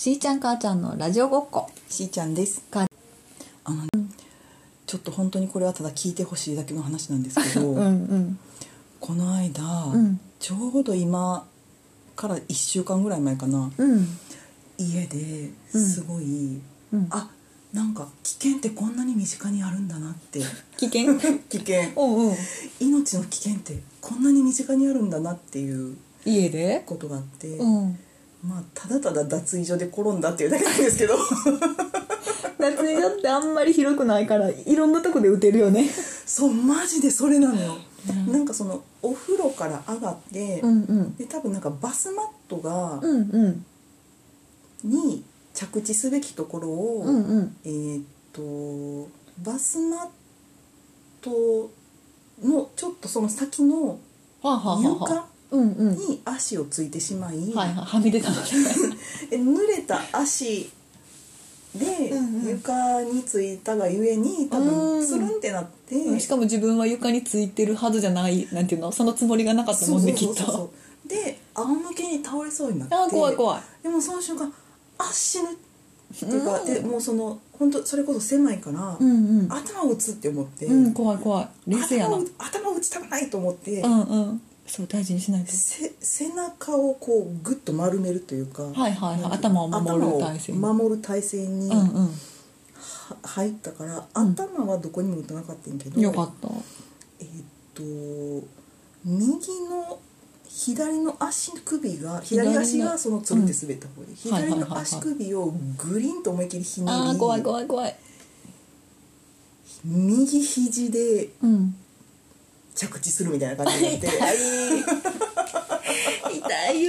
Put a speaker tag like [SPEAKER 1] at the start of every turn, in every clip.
[SPEAKER 1] しーちゃん母ちゃんのラジオごっこ。
[SPEAKER 2] しーちゃんです。ちょっと本当にこれはただ聞いてほしいだけの話なんですけどこの間、ちょうど今から1週間ぐらい前かな、家ですごい、なんか危険ってこんなに身近にあるんだなって
[SPEAKER 1] 危険
[SPEAKER 2] 危険命の危険ってこんなに身近にあるんだなっていう
[SPEAKER 1] 家で
[SPEAKER 2] ことがあって、ただただ脱衣所で転んだっていうだけなんですけど
[SPEAKER 1] 脱衣所ってあんまり広くないからいろんなとこで打てるよね。
[SPEAKER 2] そうマジでそれなのよ、なんかそのお風呂から上がって、で多分なんかバスマットが、に着地すべきところを、バスマットのちょっとその先の床に足をついてしまい、
[SPEAKER 1] はみ出たのね
[SPEAKER 2] 濡れた足で床についたがゆえに多分つるんってなって、
[SPEAKER 1] しかも自分は床についてるはずじゃない、なんていうの、そのつもりがなかったもんね、きっと。
[SPEAKER 2] で仰向けに倒れそうになって、
[SPEAKER 1] 怖い怖い。
[SPEAKER 2] でもその瞬間死ぬっていうか、でもうその本当それこそ狭いから、頭を打つって思って、
[SPEAKER 1] 怖い怖い、冷静やな。
[SPEAKER 2] 頭を打ちたくないと思って、
[SPEAKER 1] そう大事にしないと。
[SPEAKER 2] 背中をこうグッと丸めるというか、
[SPEAKER 1] 頭を守る体勢に
[SPEAKER 2] 入ったから、頭はどこにも打たなかったんけど、
[SPEAKER 1] よかった。
[SPEAKER 2] 右の左の足首が、左足がそのつるんで滑った方で、左の足首をグリンと思い切りひねり、
[SPEAKER 1] 怖い怖い怖い、
[SPEAKER 2] 右肘で着地するみたいな感じになって
[SPEAKER 1] 痛いよ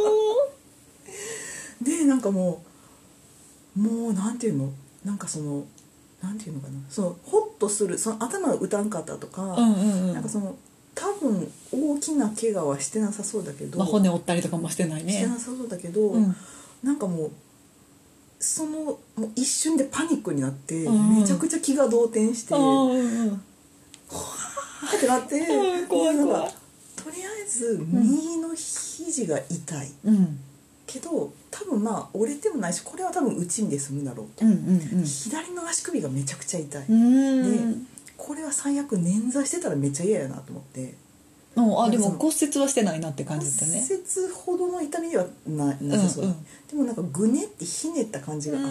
[SPEAKER 2] でなんかもうなんていうの、なんかそのなんていうのかな、そのホッとする、その頭を打たんかったとか、なんかその多分大きな怪我はしてなさそうだけど、
[SPEAKER 1] 骨折ったりとかもしてないね。
[SPEAKER 2] してなさそうだけど、なんかもうそのもう一瞬でパニックになって、めちゃくちゃ気が動転して、ほわーってなって、
[SPEAKER 1] 怖い怖い。
[SPEAKER 2] とりあえず右の肘が痛い、けど多分折れてもないし、これは多分打ち身で済むだろうと、左の足首がめちゃくちゃ痛い、でこれは最悪捻挫してたらめっちゃ嫌やなと思って、
[SPEAKER 1] でも骨折はしてないなって感じだったね。
[SPEAKER 2] 骨折ほどの痛みではなさそう、でもなんかぐねってひねった感じがあって、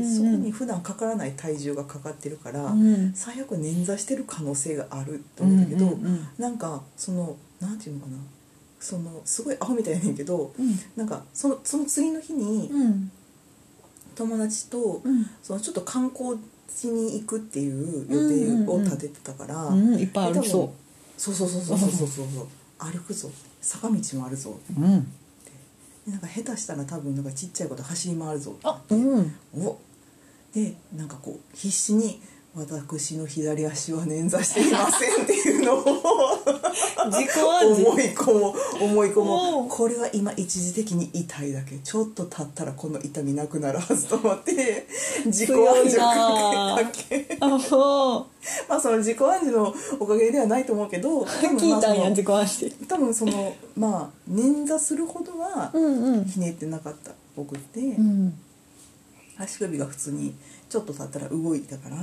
[SPEAKER 2] そこに普段かからない体重がかかってるから、最悪捻挫してる可能性があると思うんだけど、なんかそのなんていうのかな、そのすごいアホみたいやねんけど、なんかその次の日に、友達と、そのちょっと観光地に行くっていう予定を立ててたから、
[SPEAKER 1] いっぱい歩きそう。
[SPEAKER 2] そう歩くぞ、坂道もあるぞ、でなんか下手したら多分なんかちっちゃい子と走り回るぞって、でなんかこう必死に私の左足は捻挫していませんっていうのを
[SPEAKER 1] 自己暗示
[SPEAKER 2] 思い込もう、これは今一時的に痛いだけ、ちょっと経ったらこの痛みなくなるはずと思って自己暗示をかけその自己暗示のおかげではないと思うけど、
[SPEAKER 1] 聞いたんや、自己暗示。
[SPEAKER 2] 多分その捻挫するほどはひねってなかったっぽくて、足首が普通にちょっと経ったら動いたから、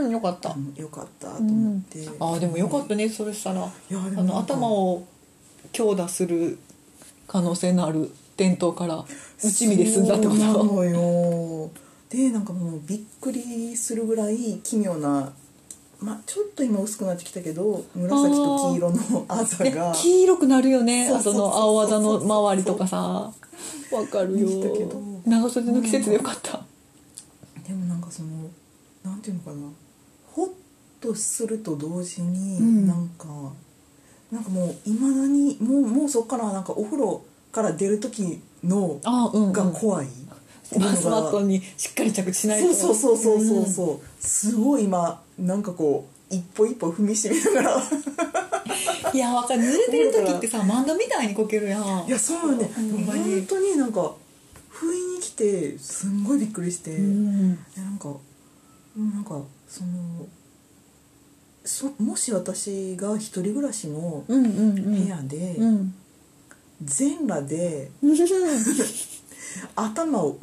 [SPEAKER 1] よかった
[SPEAKER 2] よかったと思って、
[SPEAKER 1] でもよかったね、それしたら。頭
[SPEAKER 2] を
[SPEAKER 1] を強打する可能性のある転倒から打ち身で済んだってこと。
[SPEAKER 2] そうなのよ。でなんかもうびっくりするぐらい奇妙な、ちょっと今薄くなってきたけど紫と黄色のあざが、
[SPEAKER 1] 黄色くなるよね、その青あざの周りとかさ。わかるよ。長袖の季節でよかった。
[SPEAKER 2] でもなんかそのなんていうのかな、ホッとすると同時に、なんかもういまだにもうそっからなんかお風呂から出る時のが怖い、
[SPEAKER 1] バスマットにしっかり着地しないと。
[SPEAKER 2] そうすごい今なんかこう一歩一歩踏みしめながら
[SPEAKER 1] いや、わかる。濡れてる時ってさ、漫画みたいにこけるやん。
[SPEAKER 2] いやそうね、本当になんか不意に来てすんごいびっくりして、なんかそのもし私が一人暮らしの部屋で、全裸で頭を打って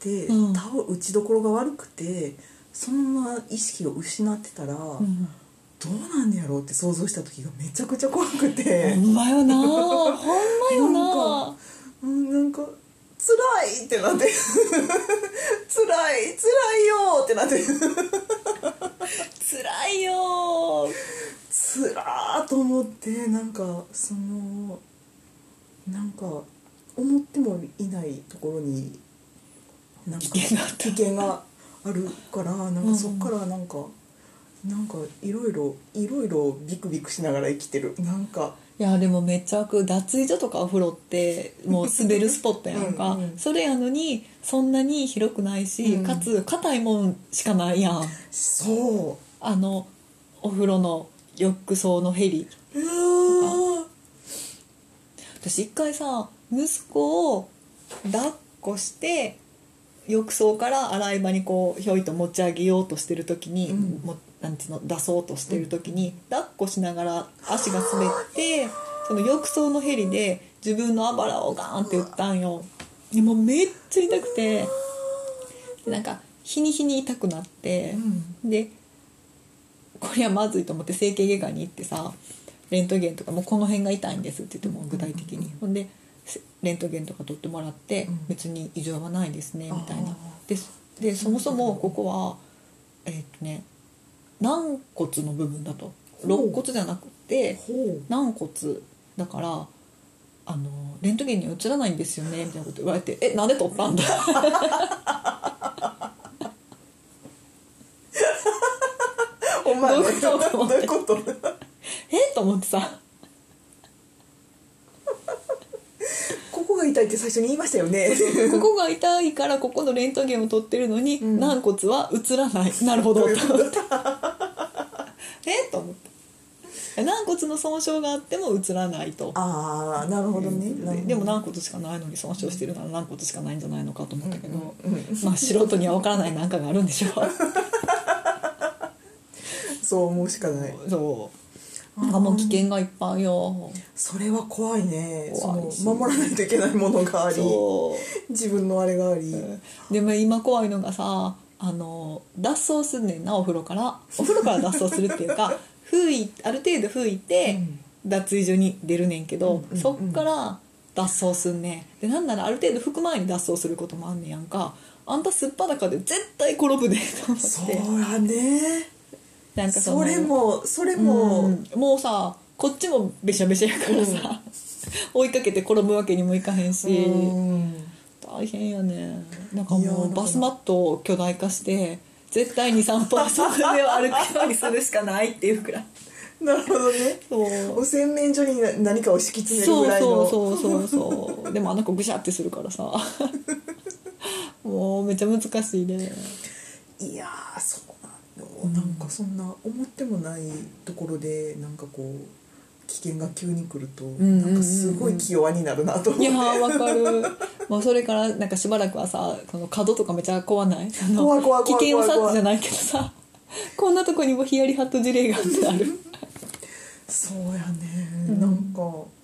[SPEAKER 2] て、
[SPEAKER 1] うん
[SPEAKER 2] 打ちどころが悪くてそのまま意識を失ってたら、どうなんねやろうって想像した時がめちゃくちゃ怖くて、
[SPEAKER 1] ほんまよなほんまよな
[SPEAKER 2] なんか辛いってなって辛いよってなって
[SPEAKER 1] 辛いよ
[SPEAKER 2] つらーと思って、なんか思ってもいないところになんか
[SPEAKER 1] 危険が
[SPEAKER 2] あるから、なんかそっからなんかいろいろビクビクしながら生きてる。なんか
[SPEAKER 1] いやでもめっちゃ脱衣所とかお風呂ってもう滑るスポットやんかそれやのにそんなに広くないし、かつ硬いもんしかないやん。
[SPEAKER 2] そう
[SPEAKER 1] お風呂の浴槽のヘリ
[SPEAKER 2] うわ
[SPEAKER 1] 私一回さ息子を抱っこして浴槽から洗い場にこうひょいと持ち上げようとしてる時に、なんていうの出そうとしてる時に、抱っこしながら足が滑ってその浴槽のヘリで自分のあばらをガーンって打ったんよ。でもめっちゃ痛くてでなんか日に日に痛くなって、でこれはまずいと思って整形外科に行ってさレントゲンとかもうこの辺が痛いんですって言っても具体的に、ほんでレントゲンとか取ってもらって、別に異常はないですねみたいな。でそもそもここは軟骨の部分だと、肋骨じゃなくて軟骨だからレントゲンには映らないんですよねみたいなこと言われて、なんで取ったんだ
[SPEAKER 2] お前
[SPEAKER 1] どういうこと
[SPEAKER 2] どういうこと
[SPEAKER 1] と思ってさ
[SPEAKER 2] ここが痛いって最初に言いましたよね
[SPEAKER 1] ここが痛いからここのレントゲンを取ってるのに、軟骨は映らない。なるほどと思ってと思って軟骨の損傷があっても映らないと。
[SPEAKER 2] ああなるほどね。
[SPEAKER 1] でも軟骨しかないのに損傷してるなら軟骨しかないんじゃないのかと思ったけど、まあ素人には分からない何かがあるんでしょう
[SPEAKER 2] そう思うしかない。
[SPEAKER 1] そうなんかもう危険がいっぱいよ。
[SPEAKER 2] それは怖いね。
[SPEAKER 1] 怖いし
[SPEAKER 2] 守らないといけないものがあり、自分のあれがあり、
[SPEAKER 1] でも今怖いのがさ脱走すんねんな。お風呂から脱走するっていうかある程度吹いて、脱衣所に出るねんけど、そっから脱走すんねん。でなんならある程度吹く前に脱走することもあんねやんか。あんたすっぱだかで絶対転ぶでと思って。
[SPEAKER 2] そうやね。
[SPEAKER 1] なんか
[SPEAKER 2] それも、
[SPEAKER 1] もうさこっちもべしゃべしゃやからさ、追いかけて転ぶわけにもいかへんし、大変やね。なんかもうバスマットを巨大化して絶対 2,3 歩それを歩くようにするしかないっていうくらい。
[SPEAKER 2] なるほどね。
[SPEAKER 1] そう
[SPEAKER 2] お洗面所に何かを敷き詰めるぐらいの。
[SPEAKER 1] そうでもあの子ぐしゃってするからさもうめっちゃ難しいね。
[SPEAKER 2] いやーそうなんだ、なんかそんな思ってもないところでなんかこう危険が急に来ると、なんかすごい気弱になるなと思って。
[SPEAKER 1] いやーわかるもうそれからなんかしばらくはさこの角とかめちゃ怖ない？
[SPEAKER 2] 怖い
[SPEAKER 1] 危険を察知じゃないけどさこんなとこにもヒヤリハット事例があってある
[SPEAKER 2] そうやね、なんか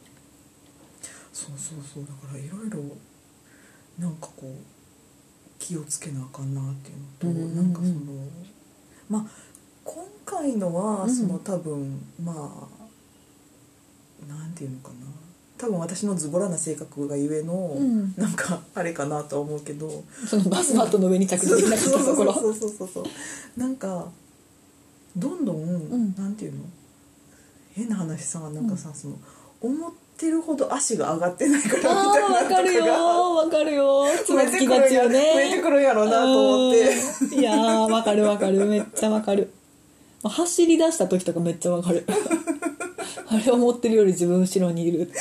[SPEAKER 2] そうだからいろいろなんかこう気をつけなあかんなっていうのと、なんかそのまあ今回のはその多分まあなんていうのかな、多分私のズボラな性格がゆえの、なんかあれかなとは思うけど、
[SPEAKER 1] そのバスマットの上に着地できなかったところ
[SPEAKER 2] そうなんかどんどん、なんていうの変な話さ、なんかさ、その思ってるほど足が上がってないからみたいなとかが
[SPEAKER 1] わかるよつまずきがちよね。
[SPEAKER 2] 増えてくるんやろうなと思って
[SPEAKER 1] いやーわかるめっちゃわかる。走り出した時とかめっちゃわかるあれ思ってるより自分後ろにいる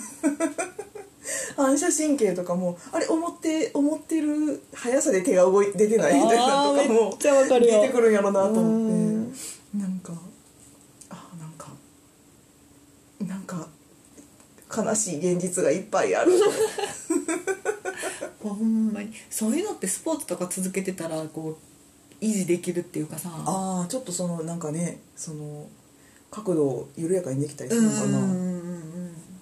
[SPEAKER 2] 反射神経とかもあれ思ってる速さで手が出てないみたいなとかも
[SPEAKER 1] めっちゃわかるよ。
[SPEAKER 2] 出てくるんやろうなと思って、なんか悲しい現実がいっぱいある
[SPEAKER 1] ほんまにそういうのってスポーツとか続けてたらこう維持できるっていうかさ、
[SPEAKER 2] ちょっとそのなんかね、その角度を緩やかにできたりするのかな。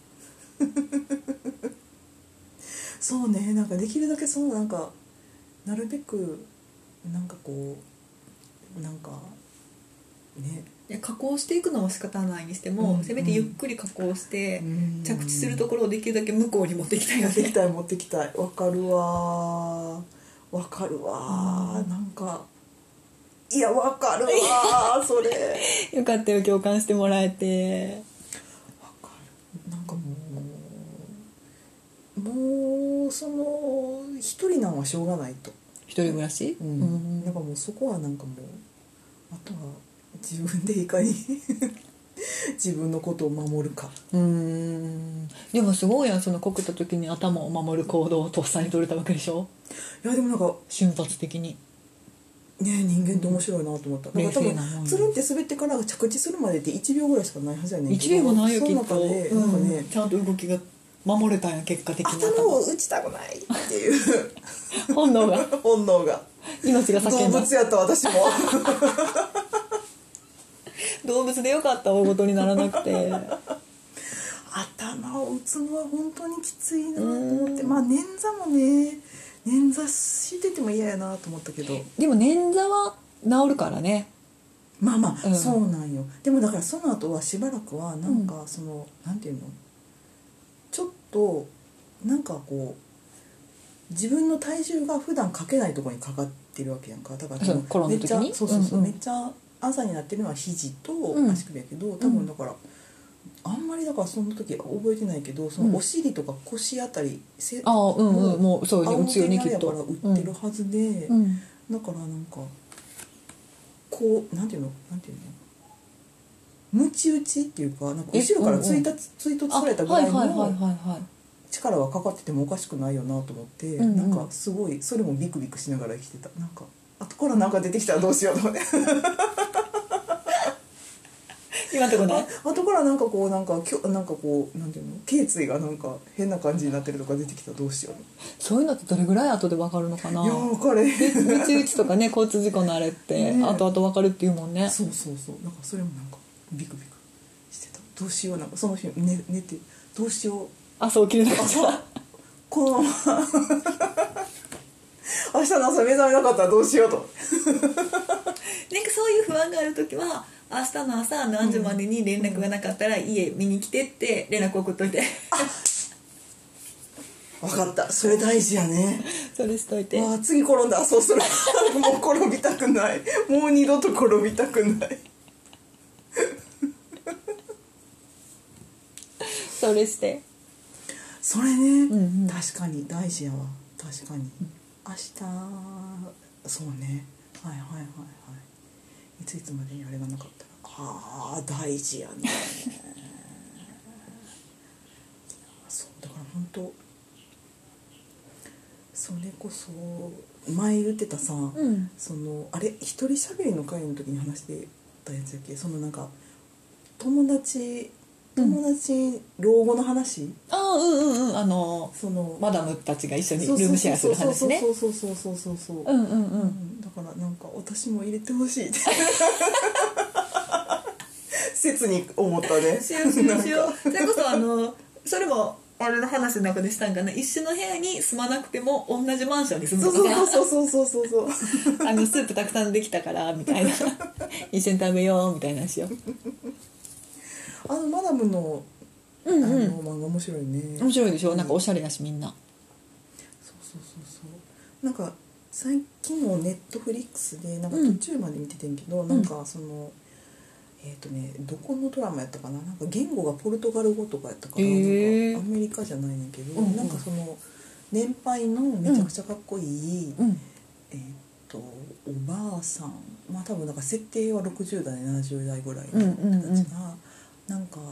[SPEAKER 2] そうね、なんかできるだけそのなんなるべくなんかこうなんかね
[SPEAKER 1] 加工していくのは仕方ないにしても、せめてゆっくり加工して、着地するところをできるだけ向こうに持っていきたいよね。
[SPEAKER 2] 持ってきたい。わかるわなんかいやわかるわそれ
[SPEAKER 1] よかったよ、共感してもらえて。
[SPEAKER 2] わかる。なんかもうその一人なんはしょうがないと。
[SPEAKER 1] 一人暮らし、
[SPEAKER 2] なんかもうそこはなんかもうあとは自分でいかに自分のことを守るか。
[SPEAKER 1] でもすごいやん、そのこけた時に頭を守る行動をとっさに取れたわけでしょ。
[SPEAKER 2] いやでもなんか
[SPEAKER 1] 瞬発的に
[SPEAKER 2] ね、人間って面白いなと思った。なんか多分つるんって滑ってから着地するまでって1秒ぐらいしかないはずやねんけど、
[SPEAKER 1] 1秒もないよきっと。
[SPEAKER 2] その中でなんかね、
[SPEAKER 1] ちゃんと動きが守れたんや、結果的に。
[SPEAKER 2] 頭を打ちたくないっていう
[SPEAKER 1] 本能が命が叫んだ。
[SPEAKER 2] 動物やった私も
[SPEAKER 1] 動物でよかった、大ごとにならなくて。
[SPEAKER 2] 頭を打つのは本当にきついなと思って、まあ捻挫もね、捻挫してても嫌やなと思ったけど、
[SPEAKER 1] でも捻挫は治るからね。
[SPEAKER 2] まあまあ、そうなんよ。でもだからその後はしばらくはなんかその、なんていうの、ちょっとなんかこう自分の体重が普段かけないところにかかってるわけやんか。だからめっちゃめっちゃ朝になってるのは肘と足首やけど、多分だからあんまりだからその時覚えてないけど、そのお尻とか腰あたり、
[SPEAKER 1] もうそうに打つよねきっと。
[SPEAKER 2] から打ってるはずで、だからなんかこうなんていうのムチ打ちっていうか、なんか後ろから追突されたぐらいの力はかかっててもおかしくないよなと思って、なんかすごいそれもビクビクしながら生きてた。なんか後からなんか出てきたらどうしようと思って
[SPEAKER 1] 今のとこね、
[SPEAKER 2] 後からなんかこうなんかこうなんていうの、頸椎がなんか変な感じになってるとか出てきたらどうしよう。
[SPEAKER 1] そういうのってどれぐらい後で分かるのかな。
[SPEAKER 2] いや分かれへん。
[SPEAKER 1] ムチ打ちとかね、交通事故のあれって後々分かるっていうもんね。
[SPEAKER 2] そうなんかそれもなんかビクビクしてた。どうしよう、なんかその日寝てどうしよう、
[SPEAKER 1] 朝起きれなかったら
[SPEAKER 2] このまま明日の朝目覚めなかったらどうしようと
[SPEAKER 1] なんかそういう不安がある時は、明日の朝何時までに連絡がなかったら家見に来てって連絡送っといて。
[SPEAKER 2] 分かった、それ大事やね。
[SPEAKER 1] それしといて。
[SPEAKER 2] 次転んだらそうするもう転びたくない、もう二度と転びたくない
[SPEAKER 1] それして、
[SPEAKER 2] それね、確かに大事やわ。確かに、明日そうね、はいいつまでにあれがなかったら大事やねそうだから本当それこそ前言ってたさ、そのあれ一人喋りの会の時に話してたやつやっけ、そのなんか友達老後の話、
[SPEAKER 1] そのマダムたちが一緒にルームシェアする話ね。
[SPEAKER 2] そうだからなんか私も入れてほしいって切に思ったね。
[SPEAKER 1] しようそれこそそれもあれの話の中でしたんかな、一緒の部屋に住まなくても同じマンションに住むとか、
[SPEAKER 2] そうス
[SPEAKER 1] ープたくさんできたからみたいな一緒に食べようみたいなしよう。
[SPEAKER 2] マダムの漫画面白いね。
[SPEAKER 1] 面白いでしょ、なんかおしゃれだしみんな。
[SPEAKER 2] そうなんか最近のネットフリックスでなんか途中まで見ててんけど、なんかそのどこのドラマやったかな、なんか言語がポルトガル語とかやったから、なんかアメリカじゃないねんけど、なんかその年配のめちゃくちゃかっこいい、おばあさん、まあ多分なんか設定は60代70代ぐらいの人たちが、なんか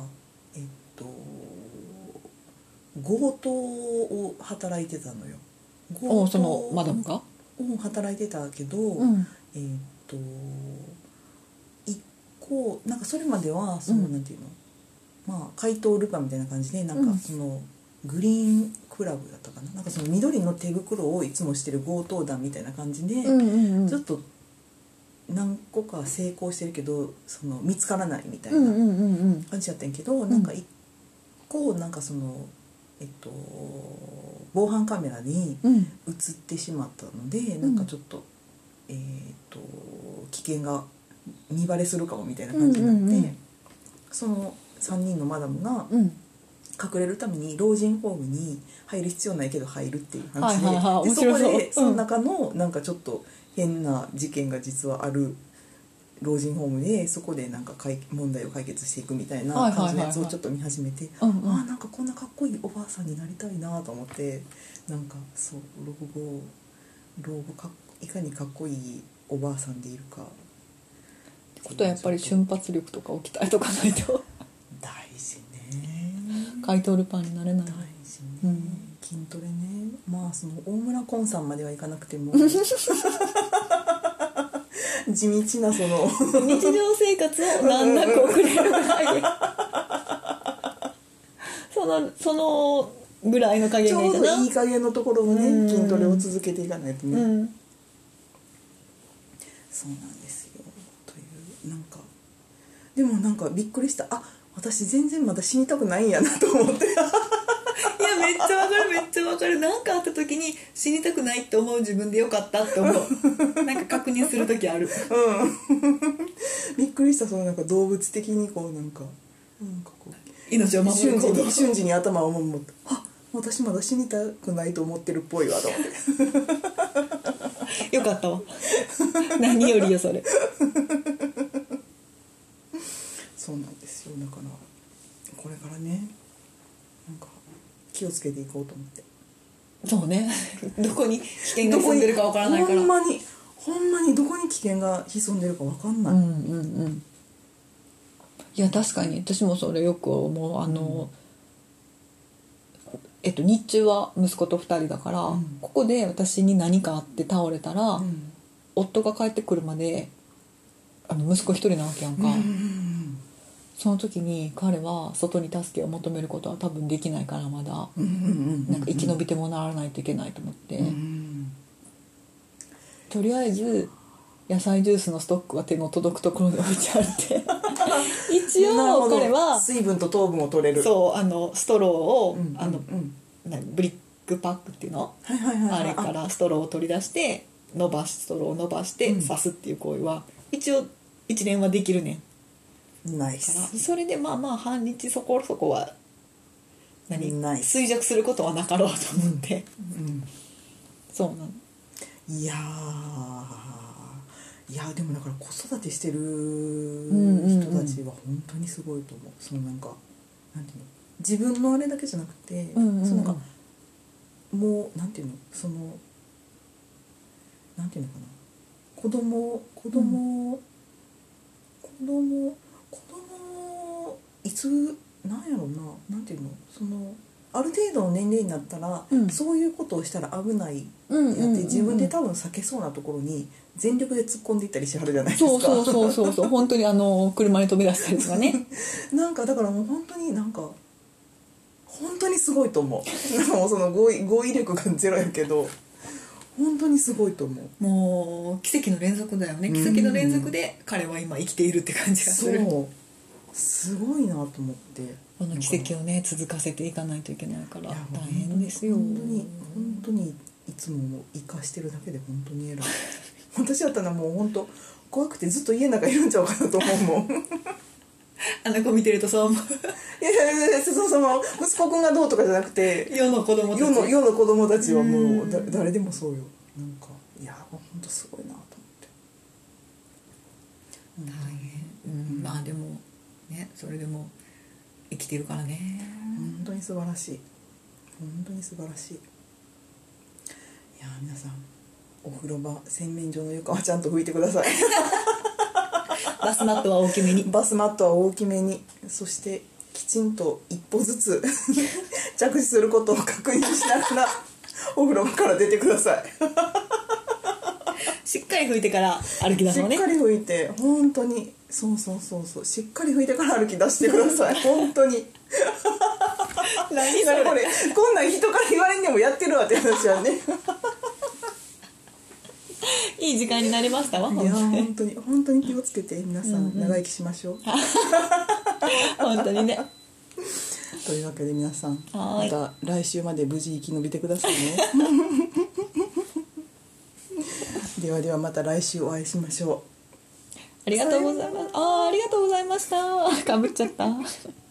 [SPEAKER 2] 強盗を働いてたのよ。
[SPEAKER 1] そのマダムが
[SPEAKER 2] 働いてたけど、一個なんかそれまではその、なんていうの、まあ怪盗ルパンみたいな感じで、なんかそのグリーンクラブだったかな、なんかその緑の手袋をいつもしてる強盗団みたいな感じで、ずっと何個か成功してるけどその見つからないみたいな感じやったんやけど、なんか一個なんかその防犯カメラに
[SPEAKER 1] うん
[SPEAKER 2] 映ってしまったので、なんかちょっと、危険が見バレするかもみたいな感じになって、
[SPEAKER 1] うんうんうん、
[SPEAKER 2] その3人のマダムが
[SPEAKER 1] うん、
[SPEAKER 2] 隠れるために老人ホームに入る必要ないけど入るっていう話で、
[SPEAKER 1] はいはいはい、
[SPEAKER 2] でそこ
[SPEAKER 1] 面白そう、
[SPEAKER 2] でその中のなんかちょっと変な事件が実はある老人ホームで、そこでなんか問題を解決していくみたいな感じのやつをちょっと見始めて、
[SPEAKER 1] うんうん、
[SPEAKER 2] ああなんかこんなかっこいいおばあさんになりたいなと思って、なんかそう老後いかにかっこいいおばあさんでいるか
[SPEAKER 1] ってことはやっぱり瞬発力とかを鍛えとかないと
[SPEAKER 2] 大事ね、
[SPEAKER 1] 怪盗ルパンになれない。
[SPEAKER 2] 大事ね、
[SPEAKER 1] うん、
[SPEAKER 2] 筋トレね。まあその大村崑さんまではいかなくても地道なその
[SPEAKER 1] 日常生活を難なく送れるぐらいそのぐらいの加減がいいかな。
[SPEAKER 2] ちょうどいい加減のところのね、筋トレを続けていかないとね、
[SPEAKER 1] うん、
[SPEAKER 2] そうなんですよ。というなんかでもなんかびっくりした。あ、私全然まだ死にたくないんやなと思って
[SPEAKER 1] いやめっちゃわかる、めっちゃわかる。なんかあった時に死にたくないって思う自分でよかったって思うなんか確認する時ある
[SPEAKER 2] びっくりした。そのなんか動物的にこうなんかこう
[SPEAKER 1] 命を守ること
[SPEAKER 2] 瞬時に頭を持って、あ、私まだ死にたくないと思ってるっぽいわと思って
[SPEAKER 1] よかったわ何よりよそれ
[SPEAKER 2] そうなんですよ。だからこれからね、なんか気をつけていこうと思って。
[SPEAKER 1] そうねどこに危険が潜んでるかわからないから
[SPEAKER 2] ほんまにどこに危険が潜んでるかわかんない、
[SPEAKER 1] うんうんうん、いや確かに私もそれよく思う。日中は息子と2人だから、ここで私に何かあって倒れたら、夫が帰ってくるまで息子1人なわけやんか、その時に彼は外に助けを求めることは多分できないからまだ、なんか生き延びてもらわないといけないと思って、とりあえず野菜ジュースのストックは手の届くところに置いてあって一応彼は
[SPEAKER 2] 水分と糖分を取れる、
[SPEAKER 1] そうストローを、ブリックパックっていうの、あれからストローを取り出してストローを伸ばして刺すっていう行為は一応一連はできるねん。
[SPEAKER 2] ナイス。
[SPEAKER 1] からそれでまあまあ半日そこそこは衰弱することはなかろうと思って、そうなの。
[SPEAKER 2] いやでもだから子育てしてる人たちは本当にすごいと思う。そのなんかなんていうの、自分のあれだけじゃなくて、そのなんかもうなんていうの、そのなんていうのかな、子供いつなんやろうな、なんていうの、そのある程度の年齢になったら、そういうことをしたら危ないやって自分で多分避けそうなところに全力で突っ込んでいったりしはるじゃないですか。
[SPEAKER 1] そう本当に車に飛び出したりとかね
[SPEAKER 2] なんかだからもう本当になんか本当にすごいと思うもうその語彙力がゼロやけど本当にすごいと思う。
[SPEAKER 1] もう奇跡の連続だよね。奇跡の連続で彼は今生きているって感じがする。
[SPEAKER 2] そうすごいなと思って、
[SPEAKER 1] この奇跡をね続かせていかないといけないから大変ですよ。
[SPEAKER 2] 本当にいつも生かしてるだけで本当に偉い私だったらもう本当怖くてずっと家の中いるんちゃうかなと思うもん
[SPEAKER 1] あの子見てるとそう思う
[SPEAKER 2] いやその息子くんがどうとかじゃなくて
[SPEAKER 1] 世の子供たち
[SPEAKER 2] 世の子供たちはもう誰でもそうよ。なんかいや本当すごいなと思って。
[SPEAKER 1] 大変、まあでもね、それでも生きてるからね。
[SPEAKER 2] 本当に素晴らしい、本当に素晴らしい。いや皆さんお風呂場洗面所の床はちゃんと拭いてください
[SPEAKER 1] バスマットは大きめに
[SPEAKER 2] バスマットは大きめに、そしてきちんと一歩ずつ着地することを確認しながらお風呂場から出てください
[SPEAKER 1] しっかり拭いてから歩き出すのね。
[SPEAKER 2] しっかり拭いて、本当にそうしっかり拭いてから歩き出してください本当に
[SPEAKER 1] 何それ
[SPEAKER 2] これこんなん人から言われんでもやってるわって話はね
[SPEAKER 1] いい時間になりましたわ。
[SPEAKER 2] いや本当に気をつけて皆さん長生きしましょう、
[SPEAKER 1] 本当にね。
[SPEAKER 2] というわけで皆さんま
[SPEAKER 1] はい、
[SPEAKER 2] た来週まで無事生き延びてくださいねではではまた来週お会いしましょう。
[SPEAKER 1] ありがとうございます。ありがとうございました。かぶっちゃった。